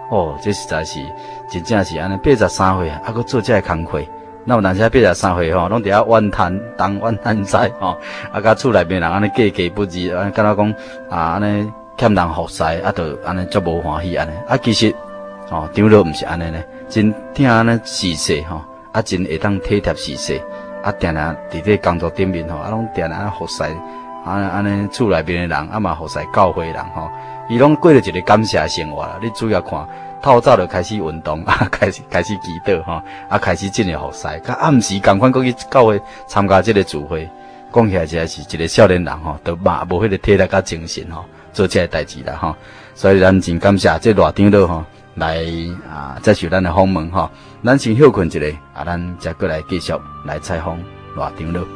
哦，这实在是真正是安尼，八十三岁啊，还佫做这个工课。那有当时八十三岁吼，拢伫遐怨叹东怨叹西吼，啊，甲厝内面人安尼计计不入，安尼敢若讲啊，安尼欠人服侍，啊，就安尼足无欢喜安尼。啊，其实吼，长老毋是安尼呢，真听安尼事实吼，啊，真会当体贴事实，啊，定定伫这工作顶面吼，啊，拢定定安尼服侍，安尼安尼厝内面的人，啊嘛服侍教会的人吼，伊拢过着一个感谢生活啦。你主要看。透早就开始运动啊，开始开始祈祷吼，啊开始进入服侍，甲暗时赶快过去教会参加这个聚会，讲起来真是一个少年人吼，都嘛无迄个体力甲精神吼，做这个代志啦吼。所以咱真感谢这大长老吼来啊接受咱的访问吼，咱先休困一下，啊咱再过来继续来采访大长老。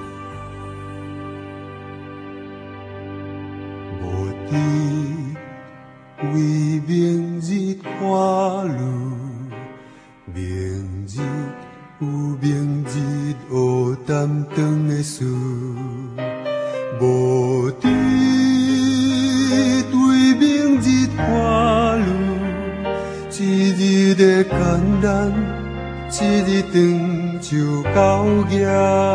为明日看路，明日有明日黑淡长的事，无知为明日看路，一日的简单，一日长就高野。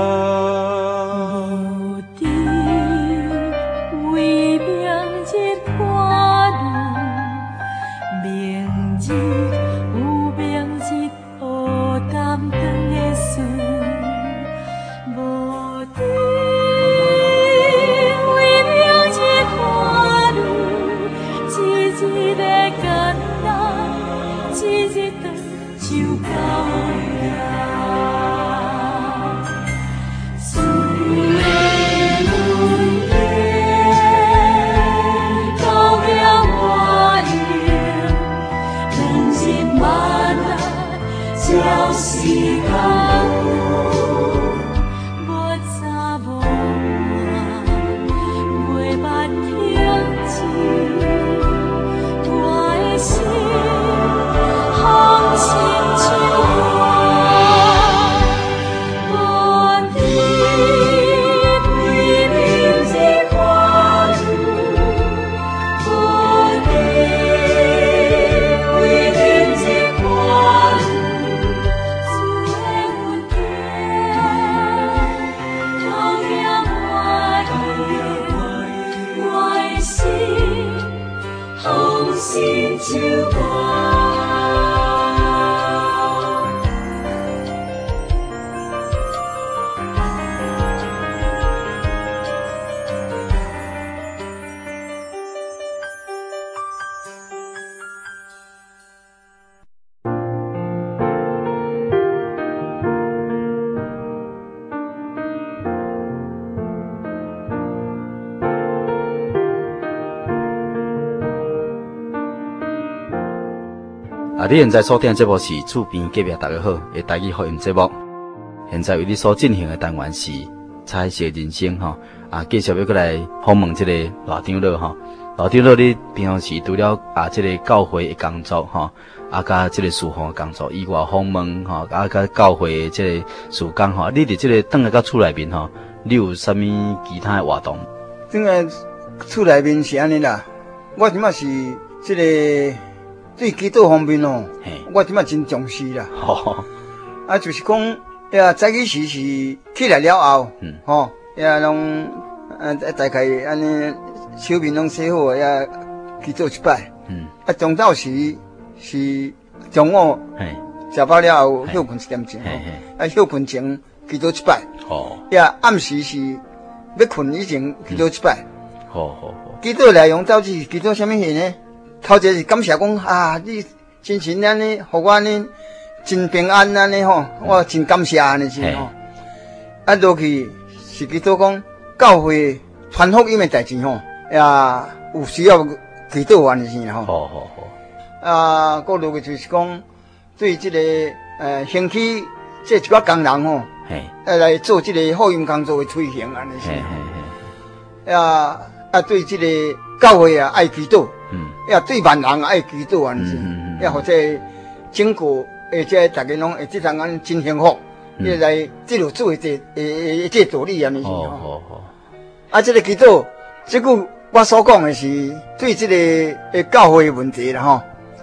啊！你现在所听的节目是厝边隔壁大家好的台语福音节目。现在为你所进行的单元是彩色人生吼啊，继续要过来访问这个大长老吼。大长老，你平常时除了啊这个教会的工作吼，啊甲这个事奉的工作以外，访问吼啊甲教会的这个事工吼，你伫这个等下到厝内面吼，你有啥物其他的活动？ 等下厝内面是安尼啦，我即马是这个。对基督方面哦，我即马真重视啦。吼、哦，啊，就是讲，呀，早起时是起来了后，嗯，吼，呀，拢，呃，大概安尼手面拢洗好，呀，祈祷一摆。嗯，啊，中昼时是中午，嘿，食饱了后休困一点钟，嘿嘿，啊，休困前祈祷一摆。哦，呀，暗时是要困以前祈祷一摆。好好好，祈祷内容到底是祈祷什么嘢呢？头一是感谢讲啊，你真神安尼，互我安尼真平安安尼吼，我真感谢安尼是吼。啊，落去是祈祷讲教会传福音的代志吼，也有需要祈祷安尼是吼。好好好。啊，过落去就是讲对这个呃兴起这一寡工人吼，哎来做这个福音工作的推行安尼是。啊啊，对这个教会啊爱祈祷。嗯，要对万人爱祈祷安尼是，要或者整个而且大家拢会这阵安真幸福，你来这路做这诶这道理安尼是吼。哦哦啊，这个祈祷，这个我所讲的是对这个诶教会的问题啦吼。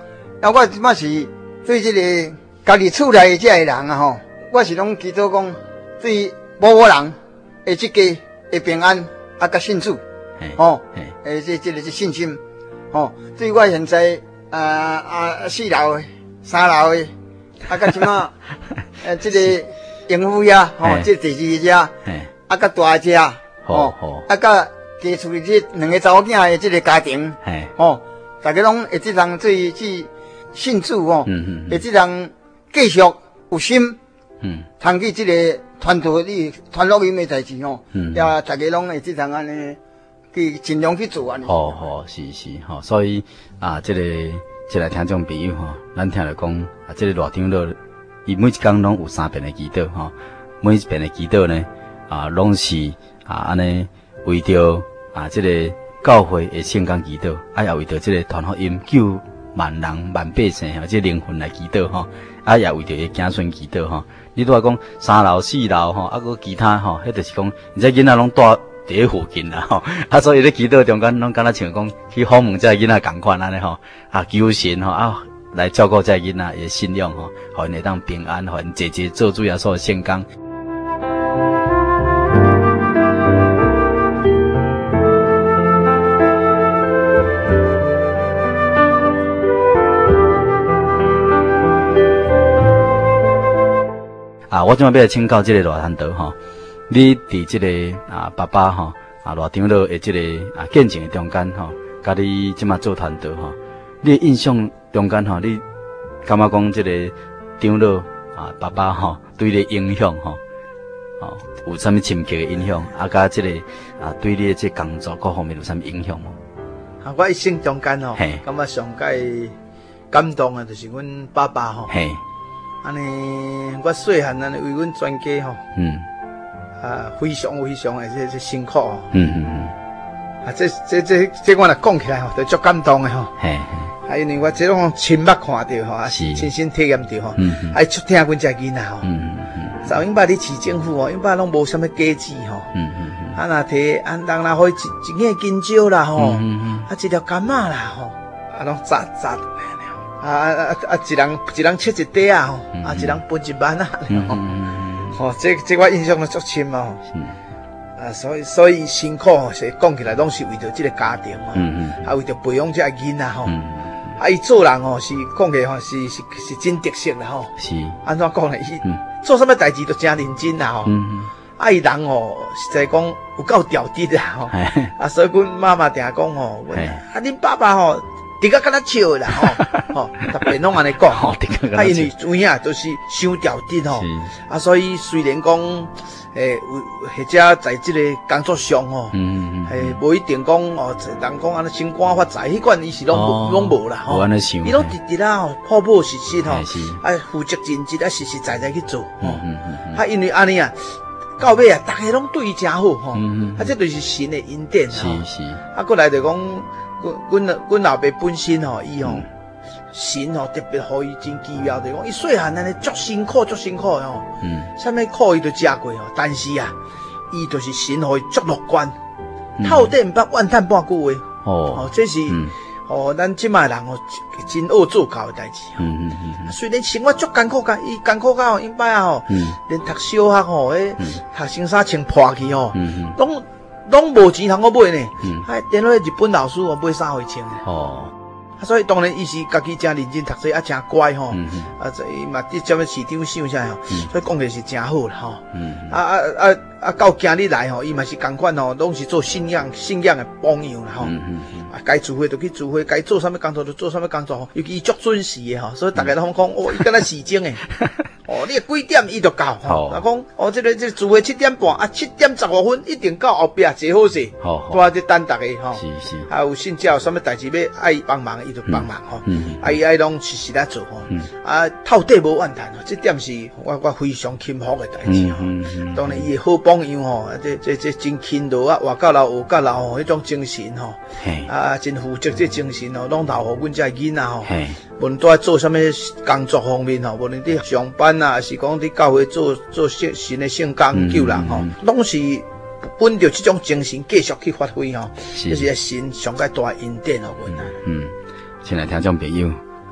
啊，我即摆是对这个家己厝内这个人啊吼，我是拢祈祷讲，对某某人的这家会平安，啊，甲信主，吼，诶，这这个这信心，吼，对我现在啊啊四楼的、三楼的，啊，甲即马，诶，这个迎夫呀，吼，这第二个家，啊，甲大家，吼，啊，甲家厝里这两个查某囝的这个家庭，吼，大家拢会这人对这信主吼，会这人继续有心，嗯，通去这个传道的传福音的代志吼，嗯，也大家拢会这人安尼去尽量去做安尼。 好好是是吼，所以啊，这个这个听众朋友吼，咱听着讲啊，这个罗长老伊每一工拢有三遍的祈祷吼，每一遍的祈祷呢啊，拢是啊安尼为着啊这个教会的圣工祈祷，啊也为着这个传福音救万人万百姓吼，这灵魂来祈祷吼，啊也为着伊子孙祈祷吼。你拄仔讲三楼四楼吼，啊个其他吼，迄就是讲，你这囡仔拢住伫咧附近啦吼，啊所以咧祈祷中间拢敢若像讲去访问这囡仔共款安尼吼，啊求神吼啊来照顾这囡仔的信仰吼，互因会当平安，互因节节做主耶稣的圣工。啊，我今摆要来请教这个罗传道吼，你伫这个啊爸爸吼啊罗长老的这个啊见证的中间吼，甲你即马做传道吼，你的印象中间吼，你感觉讲这个长老啊爸爸吼对你的影响吼，哦有啥物深刻的影响？啊，甲这个啊对你的这工作各方面有啥物影响无？ 啊，我一生中间吼，感觉上界感动的，就是阮爸爸吼。嘿。安尼，我细汉安尼为阮全家吼，嗯，啊，非常非常的这这辛苦哦，嗯嗯嗯，啊，这这这这我来讲起来吼，就足感动的吼，嘿，啊，因为我这种亲目看到吼，啊，亲身体验到吼，嗯嗯，啊，出听阮这囡仔吼，嗯嗯嗯，早因爸伫市政府哦，因爸拢无啥物价值吼，嗯嗯嗯，啊，若摕按人若可以一一个金蕉啦吼，嗯嗯，啊，一条柑仔啦吼，啊，拢砸砸。啊啊啊啊！一人一人切一块啊，吼、嗯，啊，一人分一万啊，吼、嗯，吼、哦，这这我印象都足深嘛，吼、嗯，啊，所以所以辛苦吼，是讲起来拢是为着这个家庭嘛，嗯嗯，啊，为着培养这个囡仔吼，嗯，啊，伊做人吼是讲起来吼是是是真特色啦吼，是，安怎讲呢？伊、嗯、做什么代志都真认真啦吼，嗯，啊，伊人吼实在讲有够调直啦吼，啊，所以阮妈妈定讲吼，啊，恁爸爸吼。伫个敢若笑啦吼，吼，特别拢安尼讲，啊，因为有影都是伤调直吼，啊，所以虽然讲，诶，有或者在这个工作上吼，嗯诶，无一定讲哦，人讲安尼升官发财，迄款伊是拢拢无啦吼，伊拢直直啦吼，朴朴实实吼，啊，负责尽职啊，实实在在去做，吼，啊，因为安尼啊，到尾啊，大家拢对伊真好吼，啊，这就是神的恩典吼，是是，啊，过来就讲。阮阮阮老爸本身吼，伊吼神吼特别互伊真奇妙，就讲伊细汉安尼足辛苦足辛苦吼，嗯，啥物苦伊都食过吼，但是啊，伊就是神互伊足乐观，透顶毋捌怨叹半句话，哦，这是哦，咱即卖人吼真恶做教的代志，嗯嗯嗯，虽然生活足艰苦甲，伊艰苦甲吼，因摆啊吼，连读小学吼，诶，读成衫穿破去吼，拢。拢无钱通我买呢，嗯，还连迄日本老师我买衫互伊穿呢。哦，啊，所以当然伊是家己真认真读书，啊，真乖吼，嗯嗯，啊，所以嘛伫踮咧市场想啥吼，所以讲起是真好啦吼，嗯，啊啊啊啊，到今日来吼，伊嘛是共款吼，拢是做信仰信仰的榜样啦吼，嗯嗯嗯，啊，该聚会就去聚会，该做啥物工作就做啥物工作吼，尤其伊足准时的吼，所以大家拢讲哦，伊敢若时钟诶。哦，你几点伊就到吼？啊讲哦，这个这聚会七点半啊，七点十五分一定到后壁坐好势，拄啊在等大家吼。是是。啊有甚至有啥物代志要爱伊帮忙，伊就帮忙吼。嗯。啊伊爱拢实时来做吼。嗯。啊透底无怨叹吼，这点是我我非常钦服的代志吼。嗯嗯。当然伊好榜样吼，这这这真勤劳啊，活到老学到老吼，迄种精神吼。嘿。啊真负责这精神吼，拢留互阮这囡仔吼。嘿。无论在做啥物工作方面吼，无论伫上班啊，还是讲伫教会做做神神的圣工救人吼，拢是本着这种精神继续去发挥吼，这是神上界大恩典哦，阮啊。嗯，亲爱听众朋友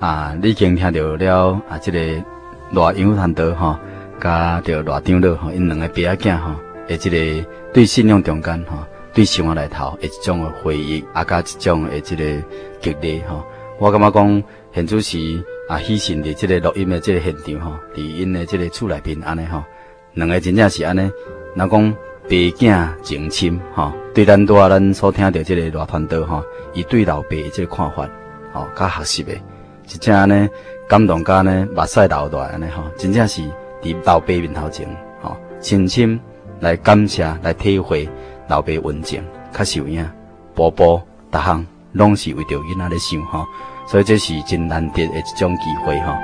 啊，你已经听到了啊，这个罗杨传道吼，甲着罗长老吼，因两个爸仔囝吼，诶，这个对信仰中间吼，对生活来头诶一种诶回忆，啊，甲一种诶这个激励吼。我感觉讲，现主是啊，牺牲伫这个录音诶这个现场吼，伫因诶这个厝内边安尼吼，两个真正是安尼，若讲爸囝情深吼，对咱拄仔咱所听到这个罗传道吼，伊对老爸诶这个看法吼，甲学习诶。真正安尼感动甲呢，目屎流落来安尼吼，真正是伫老爸面头前吼，深深来感谢、来体会老爸温情，较受影。步步逐项拢是为着囡仔咧想吼，所以这是真难得的一种机会吼。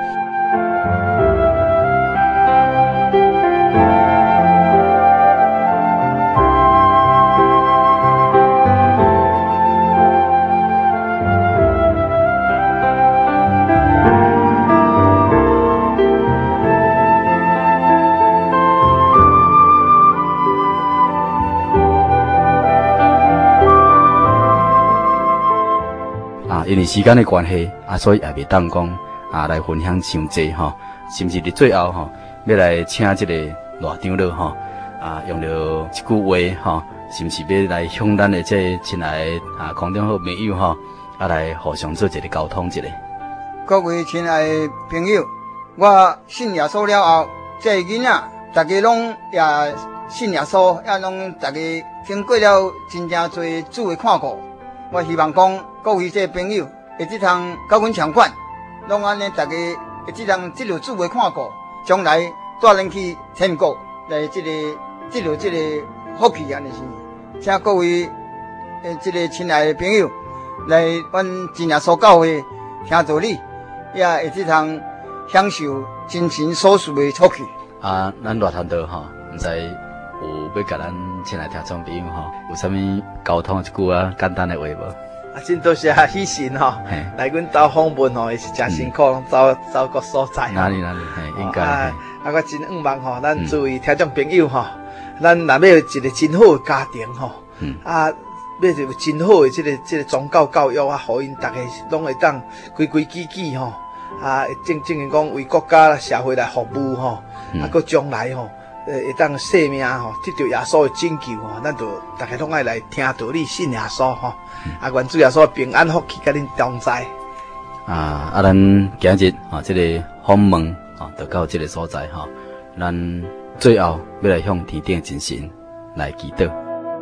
因为时间的关系，啊，所以也袂当讲啊来分享伤济吼，甚至伫最后吼，要来请这个罗长老吼，啊，用着一句话吼，是毋是要来向咱的这亲爱的啊空中好朋友吼，啊来互相做一个沟通一下。 各位亲爱的朋友，我信耶稣了后，这囡仔大家拢也信耶稣，也拢大家经过了真正多主的看顾。我希望讲各位这朋友会即通甲阮相款，拢安尼大家会即通即落主的看顾，将来带恁去天国来即、这个即落即个福气安尼是。请各位诶即个亲爱的朋友来阮真耶稣教会听道理，也会即通享受真神所赐的福气。 啊，咱罗传道吼，毋知有要甲咱亲爱听众朋友吼，有啥物沟通一句啊简单的话无？ 啊，真多谢喜神吼，来阮兜访问吼，也是真辛苦，嗯、走走各所在。 哪里哪里，嘿，应该。 啊，啊，我真希望吼，咱作为听众朋友吼，咱若要一个真好的家庭吼，嗯、啊，要一个真好的这个这个宗教教育啊，互因大家拢会当规规矩矩吼，啊，正正经讲为国家社会来服务吼，嗯、啊，搁将来吼。呃，会当生命吼，得到耶稣的拯救吼，咱就大家拢爱来听道理，信耶稣吼。嗯、啊，愿主耶稣平安福气甲恁同在。 啊，啊，咱今日啊，这个访问啊，就到这个所在哈。咱最后要来向天顶真神来祈祷，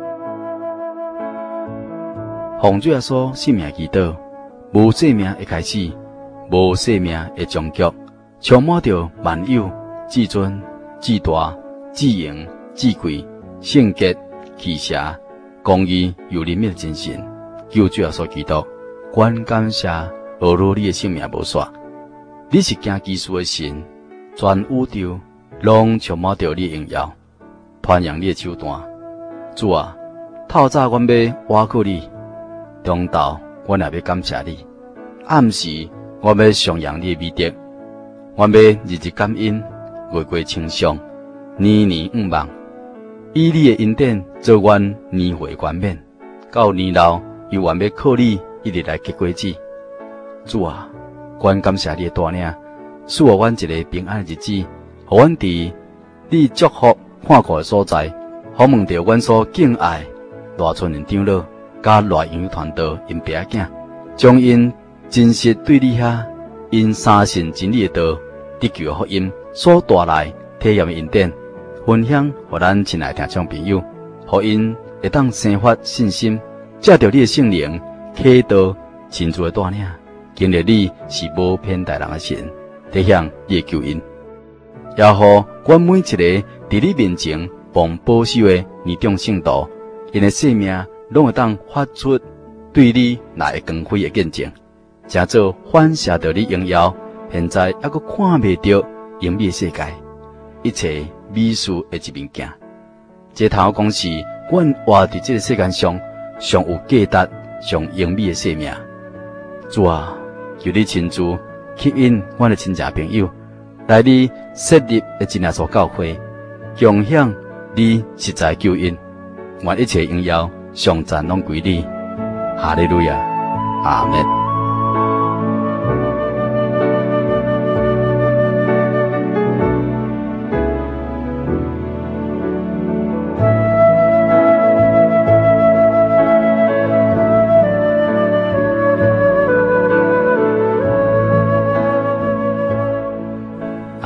奉主耶稣性命祈祷，无生命的开始，无生命的终局，充满着万有、至尊、至大。至荣、至贵、圣洁、奇邪、公义、有灵的真神，救主耶稣基督，愿感谢俄罗你的性命无煞。你是行奇事的神，全宇宙拢充满着你的荣耀，传扬你的手段。主啊，透早阮要挖靠你，中昼阮也要感谢你，暗时阮要颂扬你的美德，阮要日日感恩，月月称颂。年年盼望，以你的恩典做阮年岁冠冕，到年老又愿要靠你一直来结果子。主啊，阮感谢你的带领，赐予阮一个平安的日子，互阮伫你祝福看顾的所在，访问着阮所敬爱罗春仁长老甲罗杨传道因爸仔囝，将因真实对你遐因相信真理的道得救的福音所带来体验的恩典。分享互咱亲爱听众朋友，互因会当生发信心，借着你的圣灵启导亲自的带领，经历你是无偏待人的神，体现你的救恩，也互阮每一个伫你面前奉保守的年长圣徒，因的生命拢会当发出对你那会光辉的见证，诚做反射着你荣耀，现在还阁看袂到隐秘的世界，一切。美事的一面镜，这头讲是阮活伫这个世界上上有价值、上英美的生命。主啊，求你亲自吸引阮的亲戚朋友来你设立的真耶稣教会，共享你实在救恩，愿一切荣耀、颂赞拢归你。哈利路亚，阿门。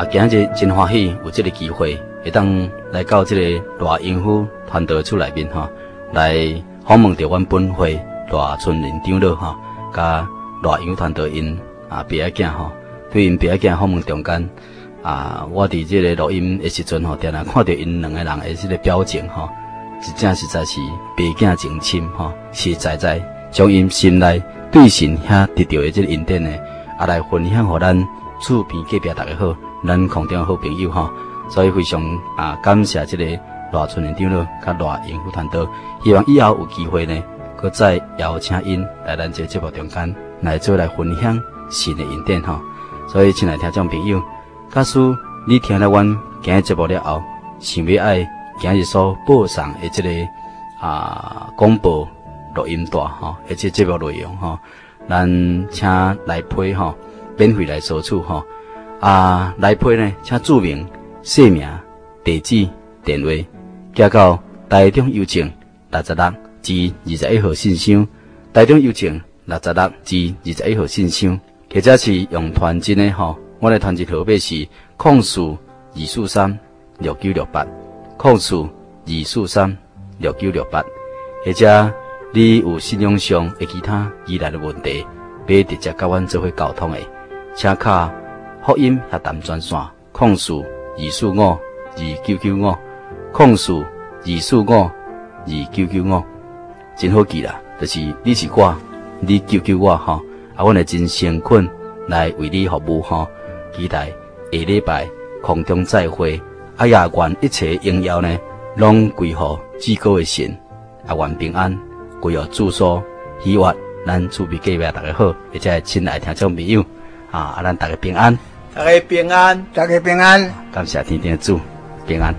啊，今日真欢喜有这个机会，会当来到这个大英府团队处内面哈，来访问着阮本会大村林长老哈，甲大英团队因啊毕业囝哈，对因毕业囝访问中间啊，我伫这个录音的时阵吼，定定看到因两个人的这个表情哈，真正实在是毕囝情深哈，实实在在将因心内对神遐得到的这个恩典呢，啊来分享互咱厝边隔壁大家好。咱空中好朋友哈，所以非常啊感谢这个大村林长老甲大英府团队，希望以后有机会呢，搁再邀请因来咱这节目中间来做来分享新的恩典哈。所以亲爱听众朋友，假使你听了阮今日节目了后，想要爱今日所播送的这个啊广播录音带哈，而且节目内容哈，咱请来配哈，免费来索取哈。啊，来配呢，请注明姓名、地址、电话，寄到台中邮政六十六至二十一号信箱，台中邮政六十六至二十一号信箱，或者是用传真的吼，我的传真号码是空四二四三六九六八，空四二四三六九六八，或者你有信用上的其他疑难的问题，要直接甲阮做伙沟通的，请卡。福音协谈专线：空四二四五二九九五，空四二四五二九九五，真好记啦。就是你是我，你救救我哈，啊，阮会真诚恳来为你服务哈。期待下礼拜空中再会，啊，也愿一切荣耀呢，拢归乎至高的神，啊，愿平安归乎主所喜悦。咱厝边隔壁大家好，或者亲爱听众朋友啊，啊，咱大家平安。 大家平安， 大家平安， 感谢天天主平安。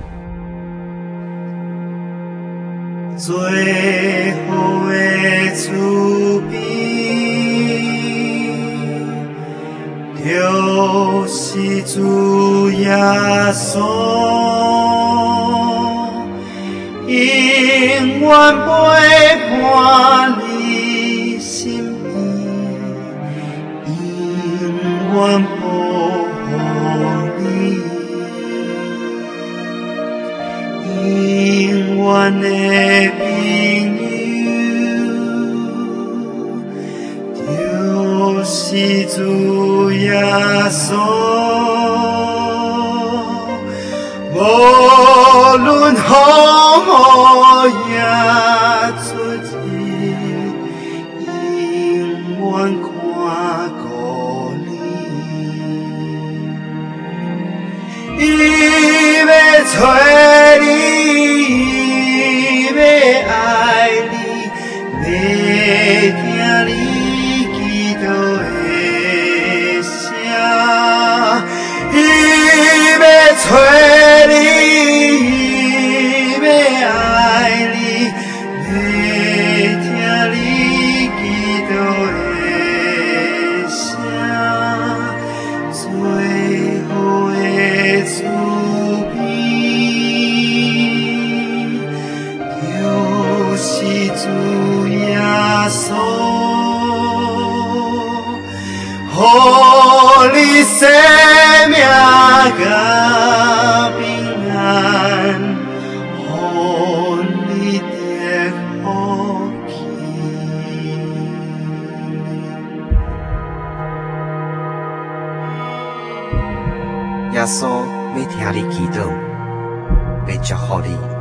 最后的慈悲，就是主耶稣，永远陪伴你身边，永远。永远的朋友，就是主耶稣，无论风雨也出日，永远看顾你，伊要找你。爱你，要听你祈祷的声，伊要找你，要爱你，要听你祈祷的声，最后的慈悲。是主耶稣，予你生命甲平安，予你得福气。 耶稣要听你祈祷，要祝福你。